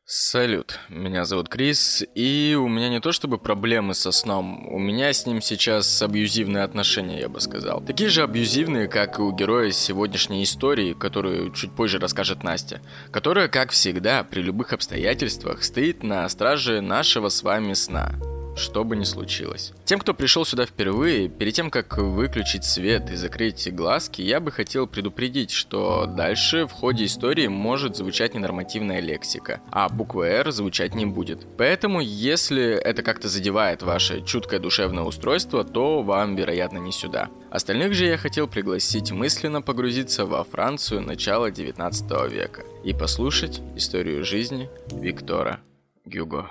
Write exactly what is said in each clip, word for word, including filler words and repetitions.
Салют, меня зовут Крис, и у меня не то чтобы проблемы со сном, у меня с ним сейчас абьюзивные отношения, я бы сказал. Такие же абьюзивные, как и у героя сегодняшней истории, которую чуть позже расскажет Настя, которая, как всегда, при любых обстоятельствах, стоит на страже нашего с вами сна. Что бы ни случилось. Тем, кто пришел сюда впервые, перед тем, как выключить свет и закрыть глазки, я бы хотел предупредить, что дальше в ходе истории может звучать ненормативная лексика, а буква «Р» звучать не будет. Поэтому, если это как-то задевает ваше чуткое душевное устройство, то вам, вероятно, не сюда. Остальных же я хотел пригласить мысленно погрузиться во Францию начала девятнадцатого века и послушать историю жизни Виктора Гюго.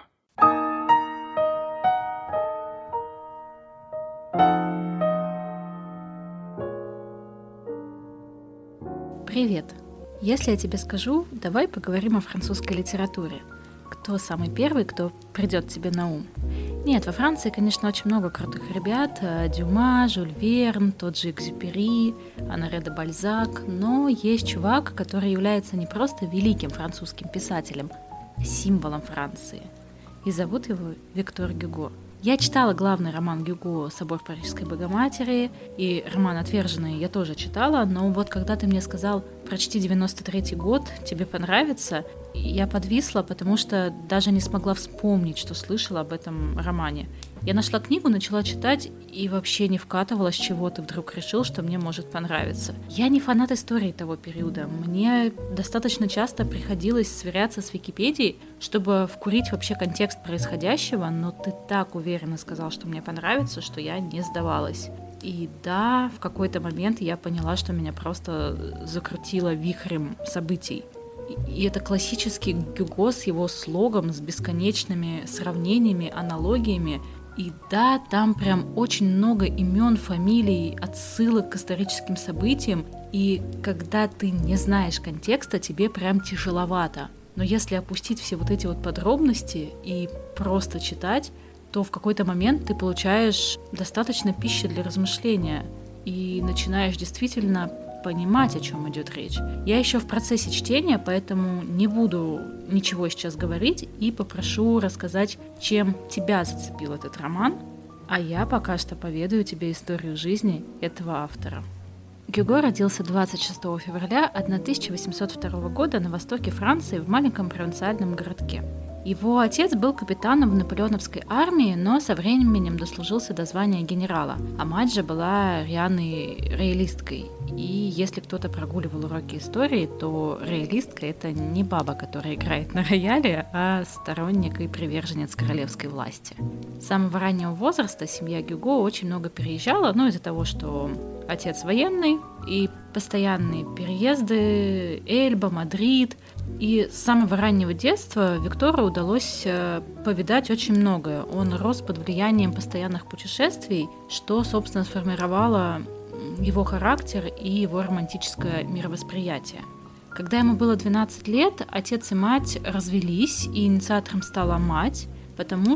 Привет! Если я тебе скажу, давай поговорим о французской литературе. Кто самый первый, кто придет тебе на ум? Нет, во Франции, конечно, очень много крутых ребят. Дюма, Жюль Верн, тот же Экзюпери, Оноре де Бальзак. Но есть чувак, который является не просто великим французским писателем, а символом Франции. И зовут его Виктор Гюго. Я читала главный роман Гюго «Собор Парижской Богоматери», и роман «Отверженный» я тоже читала, но вот когда ты мне сказал «Прочти девяносто третий год, тебе понравится», я подвисла, потому что даже не смогла вспомнить, что слышала об этом романе. Я нашла книгу, начала читать и вообще не вкатывала, с чего ты вдруг решил, что мне может понравиться. Я не фанат истории того периода. Мне достаточно часто приходилось сверяться с Википедией, чтобы вкурить вообще контекст происходящего, но ты так уверенно сказал, что мне понравится, что я не сдавалась. И да, в какой-то момент я поняла, что меня просто закрутило вихрем событий. И это классический Гюго с его слогом, с бесконечными сравнениями, аналогиями. И да, там прям очень много имен, фамилий, отсылок к историческим событиям. И когда ты не знаешь контекста, тебе прям тяжеловато. Но если опустить все вот эти вот подробности и просто читать, то в какой-то момент ты получаешь достаточно пищи для размышления и начинаешь действительно понимать, о чем идет речь. Я еще в процессе чтения, поэтому не буду ничего сейчас говорить и попрошу рассказать, чем тебя зацепил этот роман, а я пока что поведаю тебе историю жизни этого автора. Гюго родился двадцать шестого февраля тысяча восемьсот второго года на востоке Франции в маленьком провинциальном городке. Его отец был капитаном в наполеоновской армии, но со временем дослужился до звания генерала, а мать же была рьяной роялисткой. И если кто-то прогуливал уроки истории, то роялистка — это не баба, которая играет на рояле, а сторонник и приверженец королевской власти. С самого раннего возраста семья Гюго очень много переезжала, ну, из-за того, что отец военный, и постоянные переезды, Эльба, Мадрид. И с самого раннего детства Виктору удалось повидать очень многое. Он рос под влиянием постоянных путешествий, что, собственно, сформировало его характер и его романтическое мировосприятие. Когда ему было двенадцать лет, отец и мать развелись, и инициатором стала мать, потому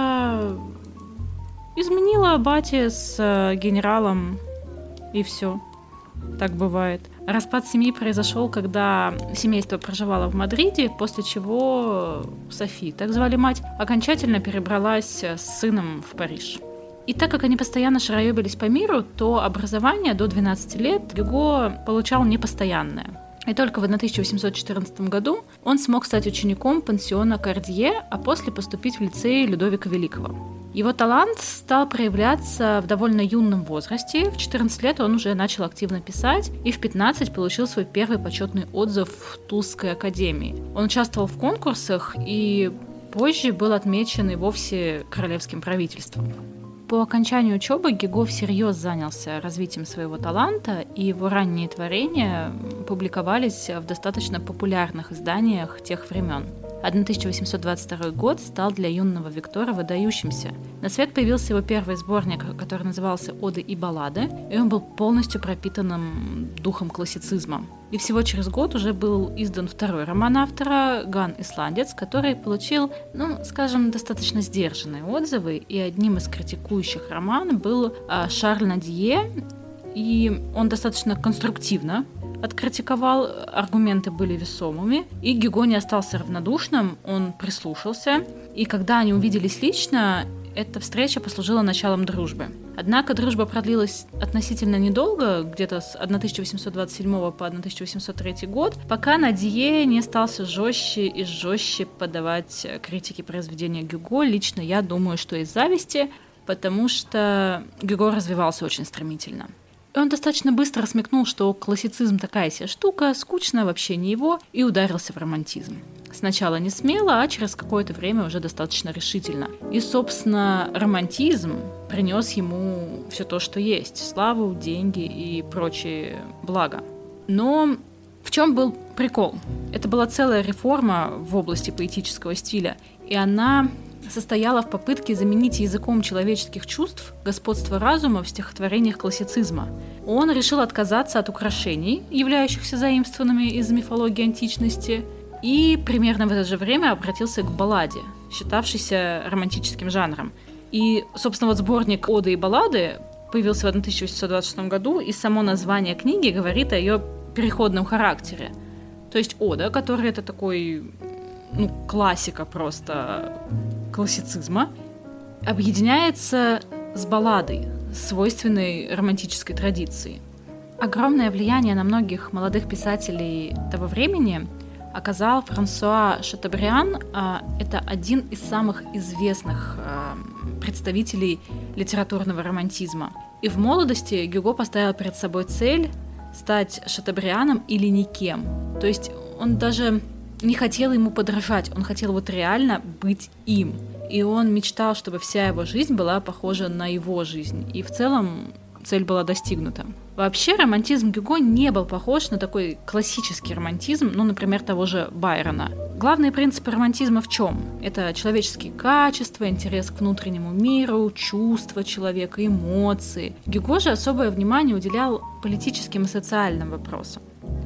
что изменила батя с генералом, и все. Так бывает. Распад семьи произошел, когда семейство проживало в Мадриде, после чего Софи, так звали мать, окончательно перебралась с сыном в Париж. И так как они постоянно шароебились по миру, то образование до двенадцати лет Гюго получал непостоянное. И только в тысяча восемьсот четырнадцатом году он смог стать учеником пансиона Кардье, а после поступить в лицей Людовика Великого. Его талант стал проявляться в довольно юном возрасте. В четырнадцать лет он уже начал активно писать, и в пятнадцать получил свой первый почетный отзыв в Тулузской академии. Он участвовал в конкурсах и позже был отмечен и вовсе королевским правительством. По окончанию учебы Гюго всерьез занялся развитием своего таланта, и его ранние творения публиковались в достаточно популярных изданиях тех времен. тысяча восемьсот двадцать второй год стал для юного Виктора выдающимся. На свет появился его первый сборник, который назывался «Оды и баллады», и он был полностью пропитанным духом классицизма. И всего через год уже был издан второй роман автора «Ган Исландец», который получил, ну, скажем, достаточно сдержанные отзывы, и одним из критикующих роман был Шарль Надье, и он достаточно конструктивно откритиковал, аргументы были весомыми, и Гюго не остался равнодушным, он прислушался, и когда они увиделись лично, эта встреча послужила началом дружбы. Однако дружба продлилась относительно недолго, где-то с тысяча восемьсот двадцать седьмого по тысяча восемьсот третий год, пока Надье не стал все жестче и жестче подавать критики произведения Гюго. Лично я думаю, что из зависти, потому что Гюго развивался очень стремительно. И он достаточно быстро смекнул, что классицизм такая себе штука, скучно, вообще не его, и ударился в романтизм. Сначала не смело, а через какое-то время уже достаточно решительно. И, собственно, романтизм принес ему все то, что есть: славу, деньги и прочие блага. Но в чем был прикол? Это была целая реформа в области поэтического стиля, и она состояла в попытке заменить языком человеческих чувств господство разума в стихотворениях классицизма. Он решил отказаться от украшений, являющихся заимствованными из мифологии античности, и примерно в это же время обратился к балладе, считавшейся романтическим жанром. И, собственно, вот сборник «Оды и баллады» появился в тысяча восемьсот двадцать шестом году, и само название книги говорит о ее переходном характере. То есть ода, которая это такой, ну, классика просто классицизма, объединяется с балладой, свойственной романтической традиции. Огромное влияние на многих молодых писателей того времени оказал Франсуа Шатобриан. Это один из самых известных представителей литературного романтизма. И в молодости Гюго поставил перед собой цель стать Шатобрианом или никем. То есть он даже не хотел ему подражать, он хотел вот реально быть им. И он мечтал, чтобы вся его жизнь была похожа на его жизнь. И в целом цель была достигнута. Вообще романтизм Гюго не был похож на такой классический романтизм, ну, например, того же Байрона. Главные принципы романтизма в чем? Это человеческие качества, интерес к внутреннему миру, чувства человека, эмоции. Гюго же особое внимание уделял политическим и социальным вопросам.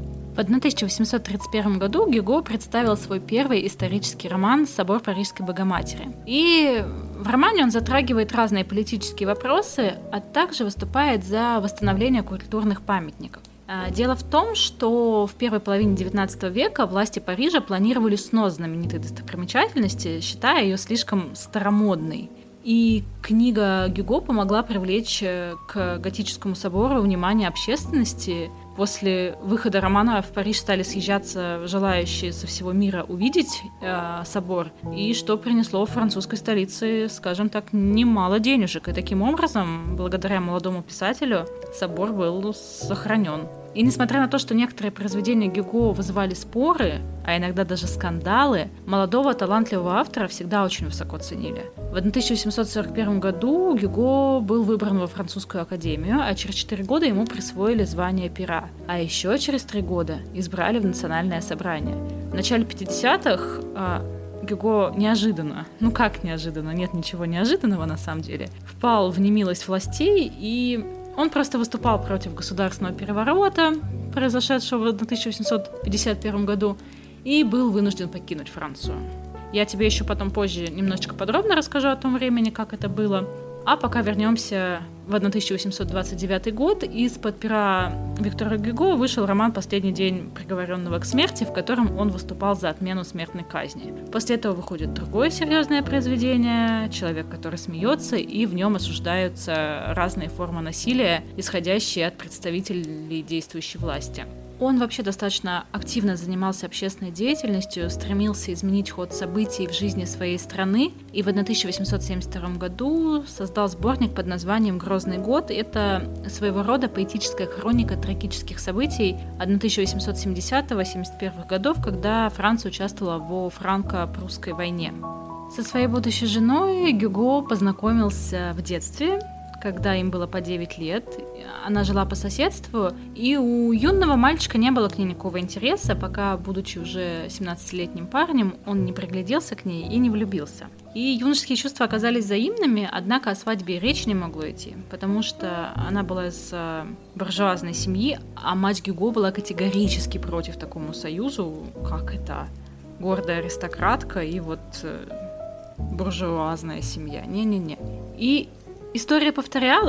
В тысяча восемьсот тридцать первом году Гюго представил свой первый исторический роман «Собор Парижской Богоматери». И в романе он затрагивает разные политические вопросы, а также выступает за восстановление культурных памятников. Дело в том, что в первой половине девятнадцатого века власти Парижа планировали снос знаменитой достопримечательности, считая ее слишком старомодной. И книга Гюго помогла привлечь к готическому собору внимание общественности. После выхода романа в Париж стали съезжаться желающие со всего мира увидеть э, собор, и что принесло французской столице, скажем так, немало денежек. И таким образом, благодаря молодому писателю, собор был сохранен. И несмотря на то, что некоторые произведения Гюго вызывали споры, а иногда даже скандалы, молодого талантливого автора всегда очень высоко ценили. В тысяча восемьсот сорок первом году Гюго был выбран во французскую академию, а через четыре года ему присвоили звание пера. А еще через три года избрали в национальное собрание. В начале пятидесятых а, Гюго неожиданно, ну как неожиданно, нет ничего неожиданного на самом деле, впал в немилость властей, и он просто выступал против государственного переворота, произошедшего в тысяча восемьсот пятьдесят первом году, и был вынужден покинуть Францию. Я тебе еще потом позже немножечко подробно расскажу о том времени, как это было. А пока вернемся в тысяча восемьсот двадцать девятый год. Из-под пера Виктора Гюго вышел роман «Последний день приговоренного к смерти», в котором он выступал за отмену смертной казни. После этого выходит другое серьезное произведение «Человек, который смеется», и в нем осуждаются разные формы насилия, исходящие от представителей действующей власти. Он вообще достаточно активно занимался общественной деятельностью, стремился изменить ход событий в жизни своей страны, и в тысяча восемьсот семьдесят втором году создал сборник под названием «Грозный год». Это своего рода поэтическая хроника трагических событий тысяча восемьсот семидесятого — семьдесят первых годов, когда Франция участвовала во франко-прусской войне. Со своей будущей женой Гюго познакомился в детстве, когда им было по девять лет. Она жила по соседству, и у юного мальчика не было к ней никакого интереса, пока, будучи уже семнадцатилетним парнем, он не пригляделся к ней и не влюбился. И юношеские чувства оказались взаимными, однако о свадьбе речи не могло идти, потому что она была из буржуазной семьи, а мать Гюго была категорически против такому союзу, как это гордая аристократка и вот буржуазная семья. Не-не-не. И история повторялась.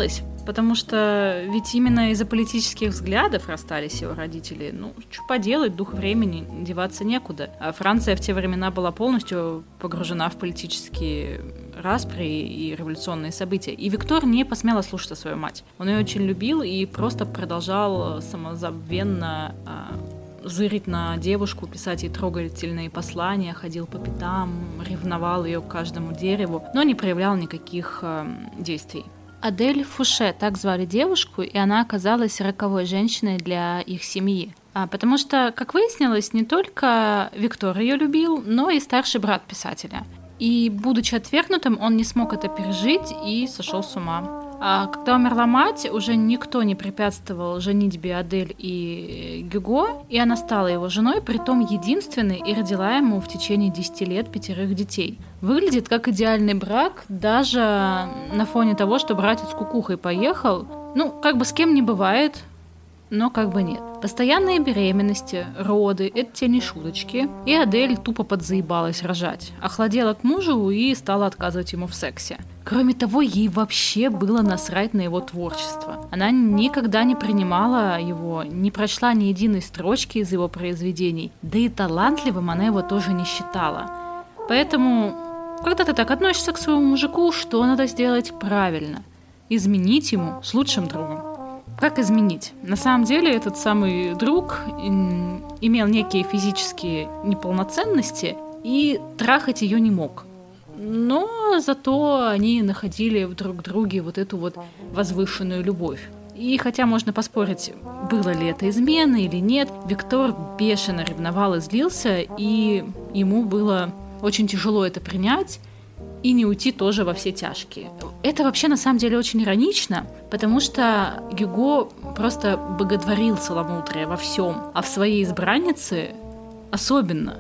потому что ведь именно из-за политических взглядов расстались его родители. Ну, что поделать, дух времени, деваться некуда. А Франция в те времена была полностью погружена в политические распри и революционные события. И Виктор не посмел слушаться свою мать. Он ее очень любил и просто продолжал самозабвенно зырить на девушку, писать ей трогательные послания, ходил по пятам, ревновал ее к каждому дереву, но не проявлял никаких э, действий. Адель Фуше, так звали девушку, и она оказалась роковой женщиной для их семьи. А, потому что, как выяснилось, не только Виктор ее любил, но и старший брат писателя. И, будучи отвергнутым, он не смог это пережить и сошел с ума. А когда умерла мать, уже никто не препятствовал женитьбе Адель и Гюго, и она стала его женой, притом единственной, и родила ему в течение десяти лет пятерых детей. Выглядит как идеальный брак, даже на фоне того, что братец кукухой поехал. Ну, как бы с кем не бывает, но как бы нет. Постоянные беременности, роды – это те не шуточки. И Адель тупо подзаебалась рожать. Охладела к мужу и стала отказывать ему в сексе. Кроме того, ей вообще было насрать на его творчество. Она никогда не принимала его, не прочла ни единой строчки из его произведений. Да и талантливым она его тоже не считала. Поэтому, когда ты так относишься к своему мужику, что надо сделать правильно? Изменить ему с лучшим другом. Как изменить? На самом деле этот самый друг имел некие физические неполноценности и трахать ее не мог. Но зато они находили в друг друге вот эту вот возвышенную любовь. И хотя можно поспорить, было ли это измена или нет, Виктор бешено ревновал и злился, и ему было очень тяжело это принять и не уйти тоже во все тяжкие. Это вообще на самом деле очень иронично, потому что Гюго просто боготворил целомудрие во всем, а в своей избраннице особенно.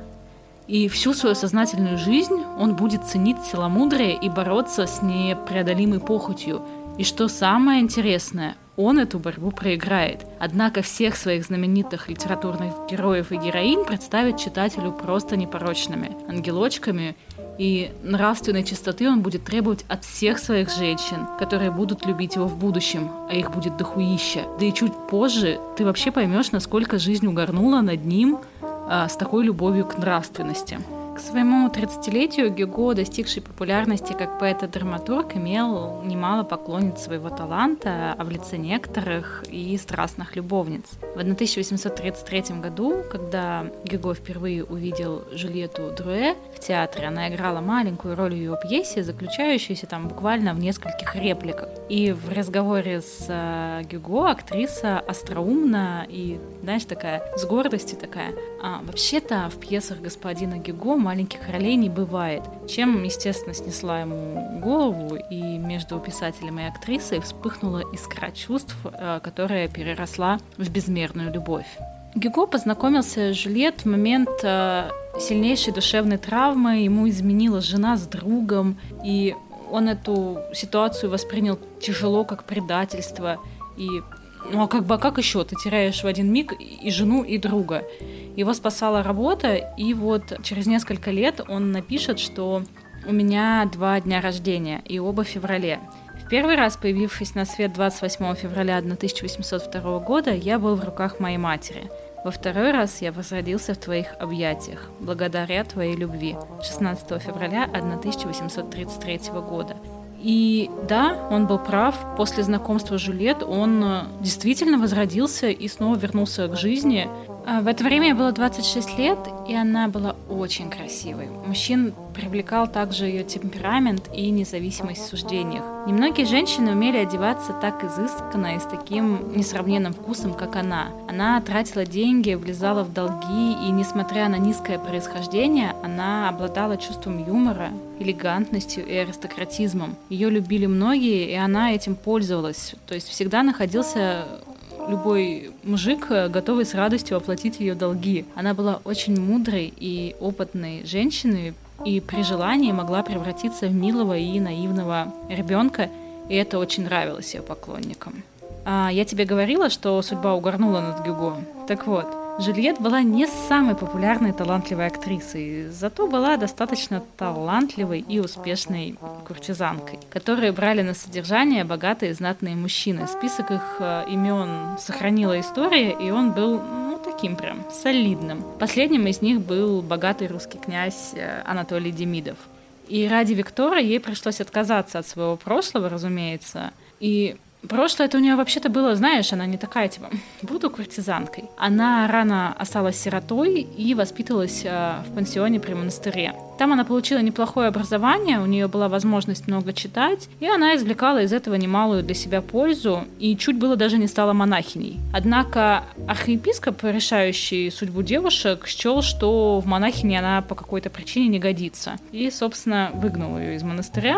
И всю свою сознательную жизнь он будет ценить целомудрие и бороться с непреодолимой похотью. И что самое интересное, он эту борьбу проиграет. Однако всех своих знаменитых литературных героев и героинь представит читателю просто непорочными ангелочками, и нравственной чистоты он будет требовать от всех своих женщин, которые будут любить его в будущем, а их будет дохуища. Да и чуть позже ты вообще поймешь, насколько жизнь угорнула над ним а, с такой любовью к нравственности. К своему тридцатилетию Гюго, достигший популярности как поэт и драматург, имел немало поклонниц своего таланта, а в лице некоторых и страстных любовниц. В тысяча восемьсот тридцать третьем году, когда Гюго впервые увидел Жюльетту Дrouet в театре, она играла маленькую роль в его пьесе, заключающуюся там буквально в нескольких репликах. И в разговоре с Гюго актриса остроумна и, знаешь, такая, с гордостью такая: а, вообще-то в пьесах господина Гюго маленьких ролей не бывает, чем, естественно, снесла ему голову, и между писателем и актрисой вспыхнула искра чувств, которая переросла в безмерную любовь. Гюго познакомился с Жюльет в момент сильнейшей душевной травмы, ему изменила жена с другом, и он эту ситуацию воспринял тяжело, как предательство, и ну а как бы, а как еще? Ты теряешь в один миг и жену, и друга. Его спасала работа, и вот через несколько лет он напишет, что у меня два дня рождения, и оба в феврале. В первый раз, появившись на свет двадцать восьмого февраля тысяча восемьсот второго года, я был в руках моей матери. Во второй раз я возродился в твоих объятиях, благодаря твоей любви, шестнадцатого февраля тысяча восемьсот тридцать третьего года. И да, он был прав, после знакомства с Жюльет он действительно возродился и снова вернулся к жизни. В это время ей было двадцать шесть лет, и она была очень красивой. Мужчин привлекал также ее темперамент и независимость в суждениях. Немногие женщины умели одеваться так изысканно и с таким несравненным вкусом, как она. Она тратила деньги, влезала в долги, и, несмотря на низкое происхождение, она обладала чувством юмора, элегантностью и аристократизмом. Ее любили многие, и она этим пользовалась. То есть всегда находился любой мужик, готовый с радостью оплатить ее долги. Она была очень мудрой и опытной женщиной, и при желании могла превратиться в милого и наивного ребенка, и это очень нравилось ее поклонникам. А я тебе говорила, что судьба угорнула над Гюго. Так вот, Жюльет была не самой популярной и талантливой актрисой, зато была достаточно талантливой и успешной куртизанкой, которые брали на содержание богатые и знатные мужчины. Список их имен сохранила история, и он был, ну, таким прям солидным. Последним из них был богатый русский князь Анатолий Демидов. И ради Виктора ей пришлось отказаться от своего прошлого, разумеется, и прошлое это у нее вообще-то было, знаешь, она не такая, типа, буду куртизанкой. Она рано осталась сиротой и воспитывалась э, в пансионе при монастыре. Там она получила неплохое образование, у нее была возможность много читать, и она извлекала из этого немалую для себя пользу, и чуть было даже не стала монахиней. Однако архиепископ, решающий судьбу девушек, счел, что в монахине она по какой-то причине не годится, и, собственно, выгнал ее из монастыря.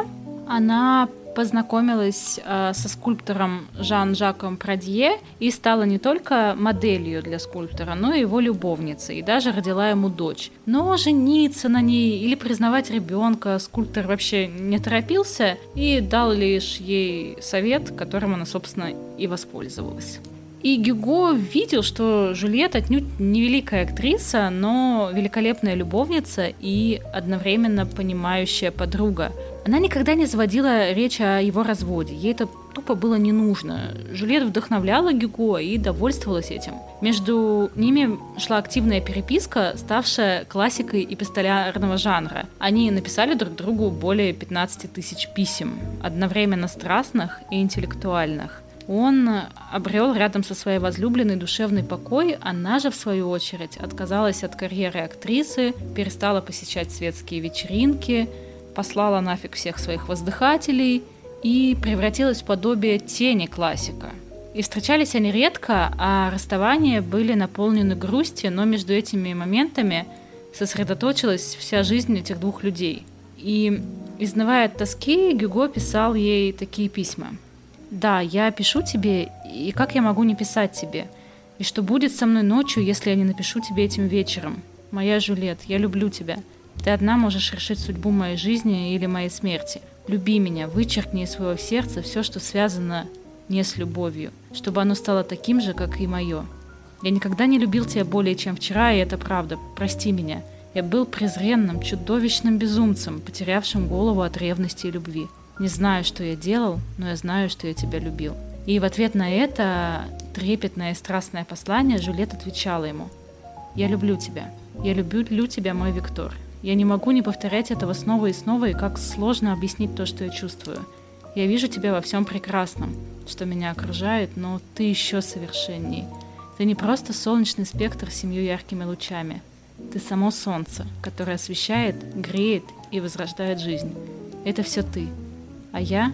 Она познакомилась э, со скульптором Жан-Жаком Прадье и стала не только моделью для скульптора, но и его любовницей, и даже родила ему дочь. Но жениться на ней или признавать ребенка скульптор вообще не торопился и дал лишь ей совет, которым она, собственно, и воспользовалась. И Гюго видел, что Жюльет отнюдь не великая актриса, но великолепная любовница и одновременно понимающая подруга. Она никогда не заводила речь о его разводе, ей это тупо было не нужно. Жюльет вдохновляла Гюго и довольствовалась этим. Между ними шла активная переписка, ставшая классикой эпистолярного жанра. Они написали друг другу более пятнадцать тысяч писем, одновременно страстных и интеллектуальных. Он обрел рядом со своей возлюбленной душевный покой, она же, в свою очередь, отказалась от карьеры актрисы, перестала посещать светские вечеринки, послала нафиг всех своих воздыхателей и превратилась в подобие тени классика. И встречались они редко, а расставания были наполнены грустью, но между этими моментами сосредоточилась вся жизнь этих двух людей. И, изнывая от тоски, Гюго писал ей такие письма. «Да, я пишу тебе, и как я могу не писать тебе? И что будет со мной ночью, если я не напишу тебе этим вечером? Моя Жюльет, я люблю тебя. Ты одна можешь решить судьбу моей жизни или моей смерти. Люби меня, вычеркни из своего сердца все, что связано не с любовью, чтобы оно стало таким же, как и мое. Я никогда не любил тебя более, чем вчера, и это правда. Прости меня. Я был презренным, чудовищным безумцем, потерявшим голову от ревности и любви. Не знаю, что я делал, но я знаю, что я тебя любил». И в ответ на это трепетное и страстное послание Жюльет отвечала ему: «Я люблю тебя. Я люблю тебя, мой Виктор. Я не могу не повторять этого снова и снова, и как сложно объяснить то, что я чувствую. Я вижу тебя во всем прекрасном, что меня окружает, но ты еще совершенней. Ты не просто солнечный спектр с семью яркими лучами. Ты само солнце, которое освещает, греет и возрождает жизнь. Это все ты. А я?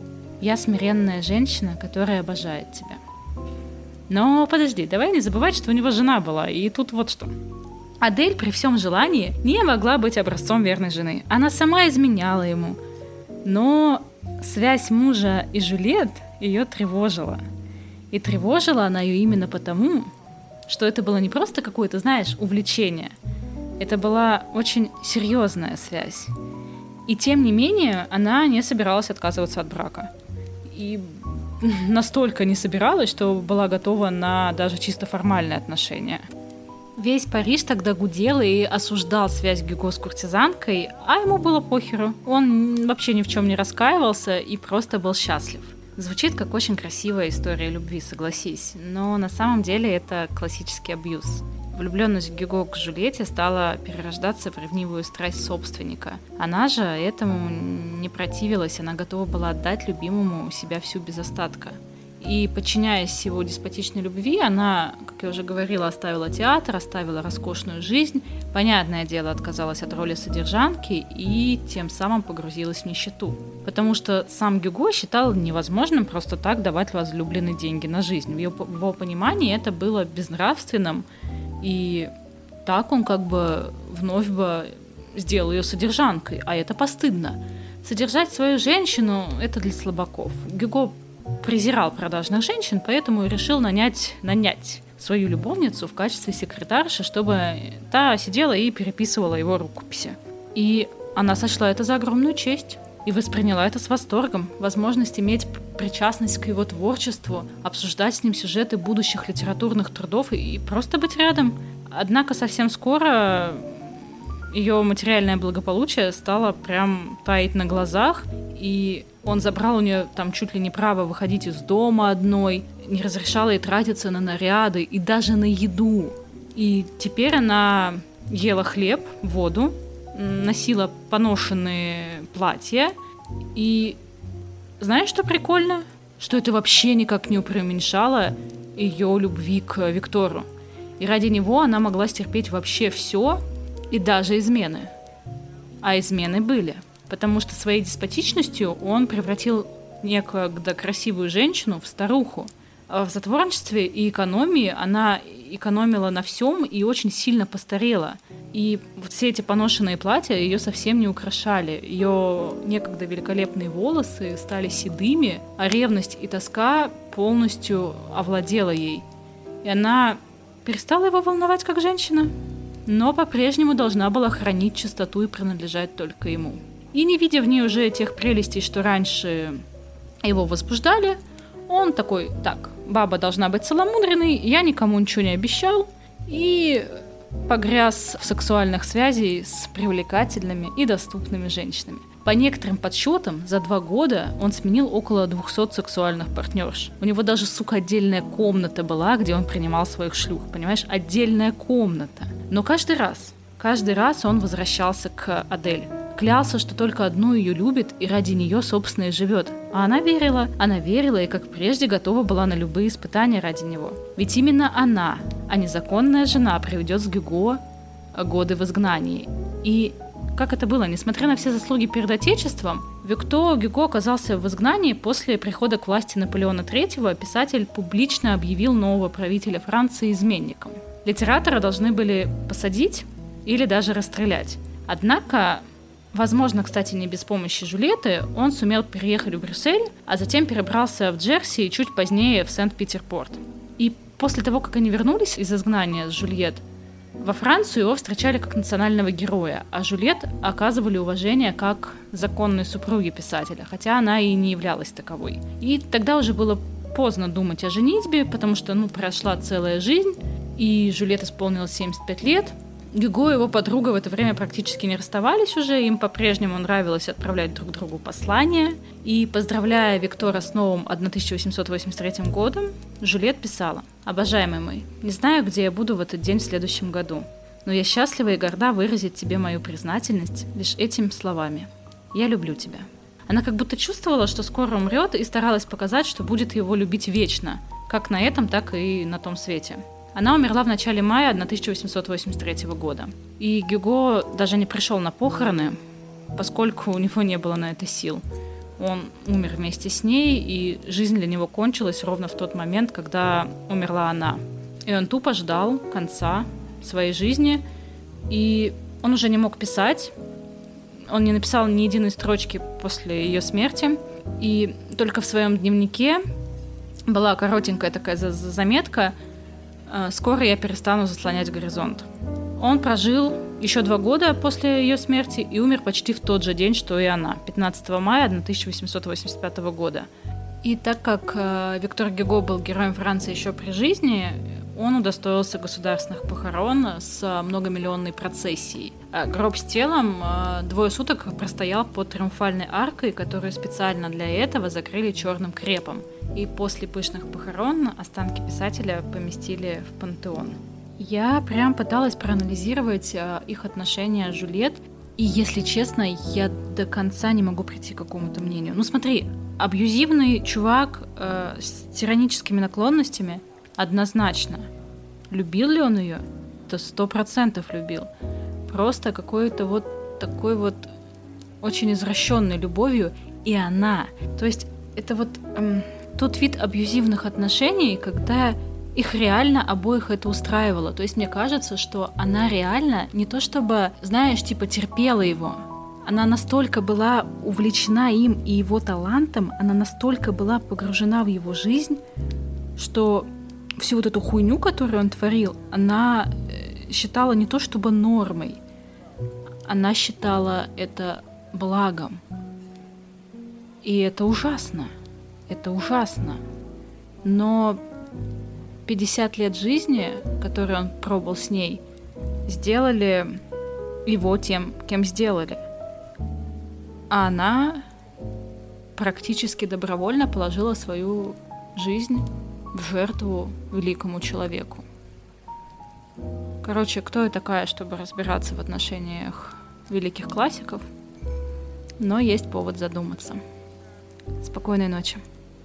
Я смиренная женщина, которая обожает тебя». Но подожди, давай не забывать, что у него жена была, и тут вот что. Адель при всем желании не могла быть образцом верной жены. Она сама изменяла ему. Но связь мужа и Жюльет ее тревожила. И тревожила она ее именно потому, что это было не просто какое-то, знаешь, увлечение. Это была очень серьезная связь. И тем не менее, она не собиралась отказываться от брака. И настолько не собиралась, что была готова на даже чисто формальные отношения. Весь Париж тогда гудел и осуждал связь Гюго с куртизанкой, а ему было похеру. Он вообще ни в чем не раскаивался и просто был счастлив. Звучит как очень красивая история любви, согласись, но на самом деле это классический абьюз. Влюбленность Гюго к Жюльетте стала перерождаться в ревнивую страсть собственника. Она же этому не противилась, она готова была отдать любимому себя всю без остатка. И, подчиняясь его деспотичной любви, она, как я уже говорила, оставила театр, оставила роскошную жизнь, понятное дело, отказалась от роли содержанки и тем самым погрузилась в нищету. Потому что сам Гюго считал невозможным просто так давать возлюбленной деньги на жизнь. В его, в его понимании это было безнравственным, и так он как бы вновь бы сделал ее содержанкой, а это постыдно. Содержать свою женщину – это для слабаков. Гюго презирал продажных женщин, поэтому и решил нанять, нанять свою любовницу в качестве секретарши, чтобы та сидела и переписывала его рукописи. И она сочла это за огромную честь и восприняла это с восторгом. Возможность иметь причастность к его творчеству, обсуждать с ним сюжеты будущих литературных трудов и, и просто быть рядом. Однако совсем скоро ее материальное благополучие стало прям таять на глазах, и он забрал у нее там чуть ли не право выходить из дома одной, не разрешал ей тратиться на наряды и даже на еду. И теперь она ела хлеб, воду, носила поношенные платья. И знаешь, что прикольно? Что это вообще никак не преуменьшало ее любви к Виктору. И ради него она могла стерпеть вообще все, и даже измены. А измены были. Потому что своей деспотичностью он превратил некогда красивую женщину в старуху. В затворничестве и экономии она экономила на всем и очень сильно постарела. И вот все эти поношенные платья ее совсем не украшали. Ее некогда великолепные волосы стали седыми, а ревность и тоска полностью овладела ей. И она перестала его волновать как женщина, но по-прежнему должна была хранить чистоту и принадлежать только ему. И не видя в ней уже тех прелестей, что раньше его возбуждали, он такой: так, баба должна быть целомудренной, я никому ничего не обещал, и погряз в сексуальных связях с привлекательными и доступными женщинами. По некоторым подсчетам, за два года он сменил около двухсот сексуальных партнерш. У него даже, сука, отдельная комната была, где он принимал своих шлюх, понимаешь? Отдельная комната. Но каждый раз, каждый раз он возвращался к Адель. Клялся, что только одну ее любит и ради нее, собственно, и живет. А она верила, она верила и, как прежде, готова была на любые испытания ради него. Ведь именно она, а не законная жена, приведет с Гюго годы в изгнании. И как это было? Несмотря на все заслуги перед Отечеством, Виктор Гюго оказался в изгнании после прихода к власти Наполеона третьего. Писатель публично объявил нового правителя Франции изменником. Литератора должны были посадить или даже расстрелять. Однако, возможно, кстати, не без помощи Жюльетты, он сумел переехать в Брюссель, а затем перебрался в Джерси и чуть позднее в Сент-Петербург. И после того, как они вернулись из изгнания с Жюльет, во Францию его встречали как национального героя, а Жюльет оказывали уважение как законной супруге писателя, хотя она и не являлась таковой. И тогда уже было поздно думать о женитьбе, потому что, ну, прошла целая жизнь, и Жюльет исполнилось семьдесят пять лет. Гюго и его подруга в это время практически не расставались уже, им по-прежнему нравилось отправлять друг другу послания. И, поздравляя Виктора с новым тысяча восемьсот восемьдесят третьим годом, Жюльет писала: «Обожаемый мой, не знаю, где я буду в этот день в следующем году, но я счастлива и горда выразить тебе мою признательность лишь этими словами. Я люблю тебя». Она как будто чувствовала, что скоро умрет, и старалась показать, что будет его любить вечно, как на этом, так и на том свете. Она умерла в начале мая тысяча восемьсот восемьдесят третьего года. И Гюго даже не пришел на похороны, поскольку у него не было на это сил. Он умер вместе с ней, и жизнь для него кончилась ровно в тот момент, когда умерла она. И он тупо ждал конца своей жизни, и он уже не мог писать. Он не написал ни единой строчки после ее смерти. И только в своем дневнике была коротенькая такая заметка: «Скоро я перестану заслонять горизонт». Он прожил еще два года после ее смерти и умер почти в тот же день, что и она, пятнадцатого мая тысяча восемьсот восемьдесят пятого года. И так как э, Виктор Гюго был героем Франции еще при жизни, он удостоился государственных похорон с многомиллионной процессией. А гроб с телом э, двое суток простоял под Триумфальной аркой, которую специально для этого закрыли черным крепом. И после пышных похорон останки писателя поместили в пантеон. Я прям пыталась проанализировать э, их отношения с Жюльет, и, если честно, я до конца не могу прийти к какому-то мнению. Ну смотри, абьюзивный чувак э, с тираническими наклонностями однозначно. Любил ли он ее? Да сто процентов любил. Просто какой-то вот такой вот очень извращенной любовью, и она. То есть это вот эм, тот вид абьюзивных отношений, когда их реально обоих это устраивало. То есть мне кажется, что она реально не то чтобы, знаешь, типа терпела его. Она настолько была увлечена им и его талантом, она настолько была погружена в его жизнь, что всю вот эту хуйню, которую он творил, она считала не то чтобы нормой, она считала это благом. И это ужасно. это ужасно. Но пятьдесят лет жизни, которые он пробыл с ней, сделали его тем, кем сделали. А она практически добровольно положила свою жизнь в жертву великому человеку. Короче, кто я такая, чтобы разбираться в отношениях великих классиков? Но есть повод задуматься. Спокойной ночи.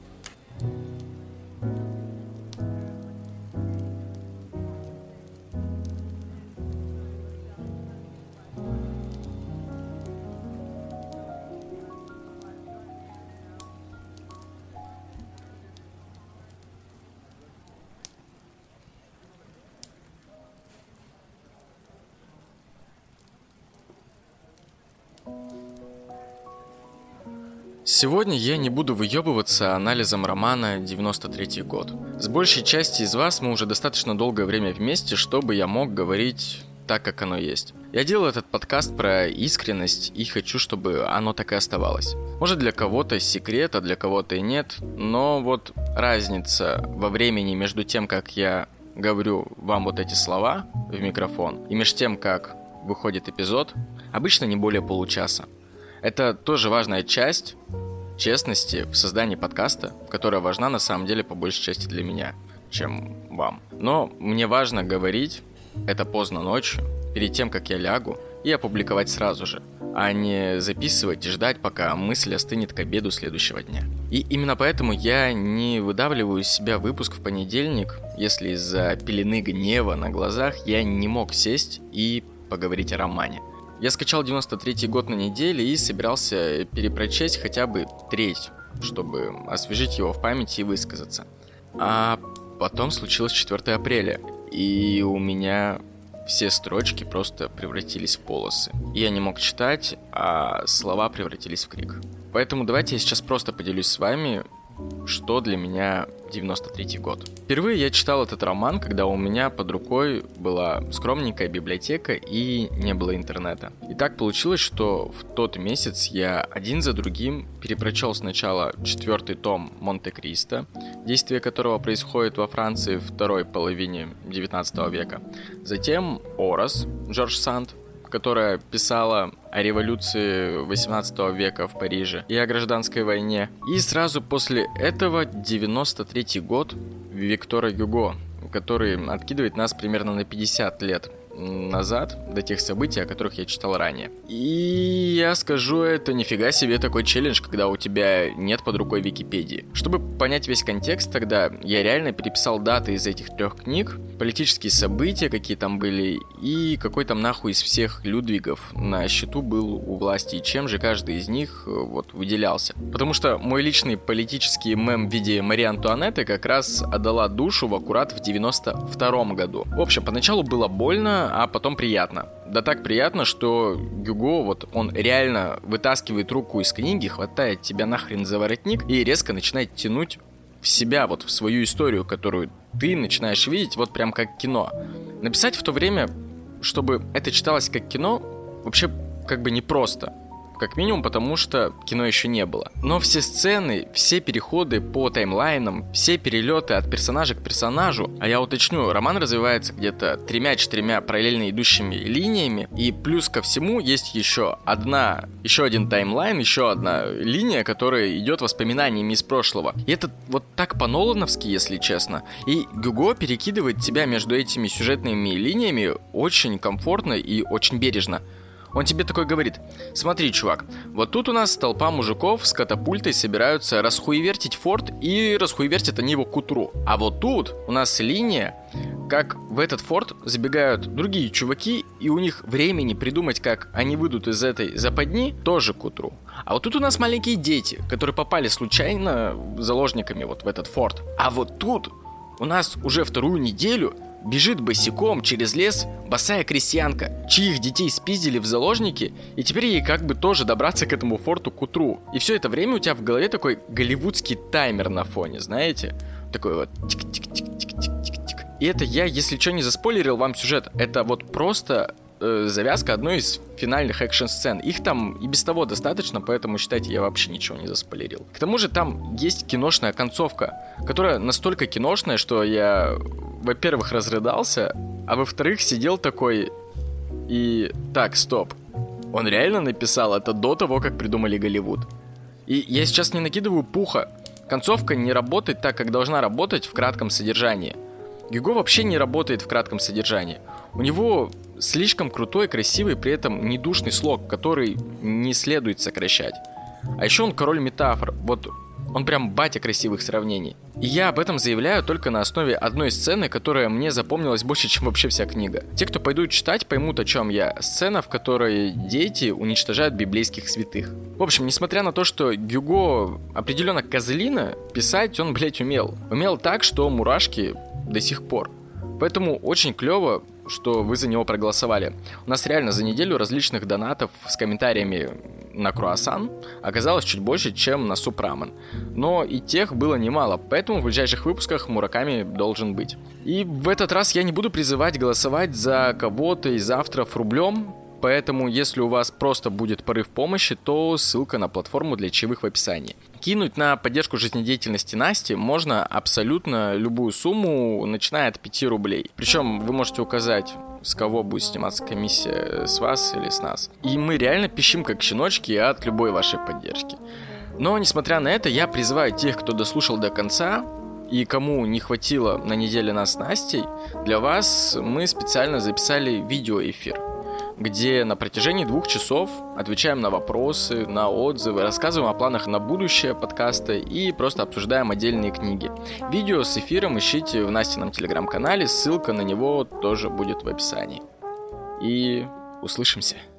Сегодня я не буду выебываться анализом романа девяносто третий год. С большей части из вас мы уже достаточно долгое время вместе, чтобы я мог говорить так, как оно есть. Я делаю этот подкаст про искренность и хочу, чтобы оно так и оставалось. Может, для кого-то секрет, а для кого-то и нет, но вот разница во времени между тем, как я говорю вам вот эти слова в микрофон, и между тем, как выходит эпизод, обычно не более получаса. Это тоже важная часть честности в создании подкаста, которая важна на самом деле по большей части для меня, чем вам. Но мне важно говорить это поздно ночью, перед тем, как я лягу, и опубликовать сразу же, а не записывать и ждать, пока мысль остынет к обеду следующего дня. И именно поэтому я не выдавливаю из себя выпуск в понедельник, если из-за пелены гнева на глазах я не мог сесть и поговорить о романе. Я скачал девяносто третий год на неделе и собирался перепрочесть хотя бы треть, чтобы освежить его в памяти и высказаться. А потом случилось четвёртого апреля, и у меня все строчки просто превратились в полосы. Я не мог читать, а слова превратились в крик. Поэтому давайте я сейчас просто поделюсь с вами, что для меня девяносто третий год. Впервые я читал этот роман, когда у меня под рукой была скромненькая библиотека и не было интернета. И так получилось, что в тот месяц я один за другим перепрочел сначала четвертый том Монте-Кристо, действие которого происходит во Франции в второй половине девятнадцатого века. Затем Орос Жорж Санд, которая писала о революции восемнадцатого века в Париже и о гражданской войне. И сразу после этого девяносто третий год Виктора Гюго, который откидывает нас примерно на пятьдесят лет назад, до тех событий, о которых я читал ранее. И я скажу, это нифига себе такой челлендж, когда у тебя нет под рукой Википедии. Чтобы понять весь контекст, тогда я реально переписал даты из этих трех книг, политические события, какие там были, и какой там нахуй из всех Людвигов на счету был у власти, и чем же каждый из них вот выделялся. Потому что мой личный политический мем в виде Марии Антуанетты как раз отдала душу в аккурат в девяносто втором году. В общем, поначалу было больно, а потом приятно. Да так приятно, что Гюго, вот он реально вытаскивает руку из книги, хватает тебя нахрен за воротник и резко начинает тянуть в себя, вот в свою историю, которую ты начинаешь видеть вот прям как кино. Написать в то время, чтобы это читалось как кино, вообще как бы непросто. Как минимум, потому что кино еще не было. Но все сцены, все переходы по таймлайнам, все перелеты от персонажа к персонажу, а я уточню, роман развивается где-то тремя-четырьмя параллельно идущими линиями, и плюс ко всему есть еще одна, еще один таймлайн, еще одна линия, которая идет воспоминаниями из прошлого. И это вот так по-нолановски, если честно. И Гюго перекидывает тебя между этими сюжетными линиями очень комфортно и очень бережно. Он тебе такой говорит: смотри, чувак, вот тут у нас толпа мужиков с катапультой собираются расхуевертить форт, и расхуевертят они его к утру. А вот тут у нас линия, как в этот форт забегают другие чуваки, и у них времени придумать, как они выйдут из этой западни, тоже к утру. А вот тут у нас маленькие дети, которые попали случайно заложниками вот в этот форт. А вот тут у нас уже вторую неделю бежит босиком через лес босая крестьянка, чьих детей спиздили в заложники, и теперь ей как бы тоже добраться к этому форту к утру. И все это время у тебя в голове такой голливудский таймер на фоне, знаете? Такой вот тик-тик-тик-тик-тик-тик-тик. И это я, если что, не заспойлерил вам сюжет. Это вот просто э, завязка одной из финальных экшн-сцен. Их там и без того достаточно, поэтому, считайте, я вообще ничего не заспойлерил. К тому же там есть киношная концовка, которая настолько киношная, что я, во-первых, разрыдался, а во-вторых, сидел такой и... Так, стоп. Он реально написал это до того, как придумали Голливуд. И я сейчас не накидываю пуха. Концовка не работает так, как должна работать в кратком содержании. Гюго вообще не работает в кратком содержании. У него слишком крутой, красивый, при этом недушный слог, который не следует сокращать. А еще он король метафор. Вот он прям батя красивых сравнений. И я об этом заявляю только на основе одной сцены, которая мне запомнилась больше, чем вообще вся книга. Те, кто пойдут читать, поймут, о чем я. Сцена, в которой дети уничтожают библейских святых. В общем, несмотря на то, что Гюго определенно козлина, писать он, блять, умел. Умел так, что мурашки до сих пор. Поэтому очень клево, что вы за него проголосовали. У нас реально за неделю различных донатов с комментариями на круассан оказалось чуть больше, чем на суп-рамен. Но и тех было немало, поэтому в ближайших выпусках Мураками должен быть. И в этот раз я не буду призывать голосовать за кого-то из авторов рублем, поэтому если у вас просто будет порыв помощи, то ссылка на платформу для чаевых в описании. Кинуть на поддержку жизнедеятельности Насти можно абсолютно любую сумму, начиная от пяти рублей. Причем вы можете указать, с кого будет сниматься комиссия, с вас или с нас. И мы реально пищим как щеночки от любой вашей поддержки. Но, несмотря на это, я призываю тех, кто дослушал до конца, и кому не хватило на неделе нас с Настей, для вас мы специально записали видеоэфир, где на протяжении двух часов отвечаем на вопросы, на отзывы, рассказываем о планах на будущее подкаста и просто обсуждаем отдельные книги. Видео с эфиром ищите в Настином телеграм-канале, ссылка на него тоже будет в описании. И услышимся.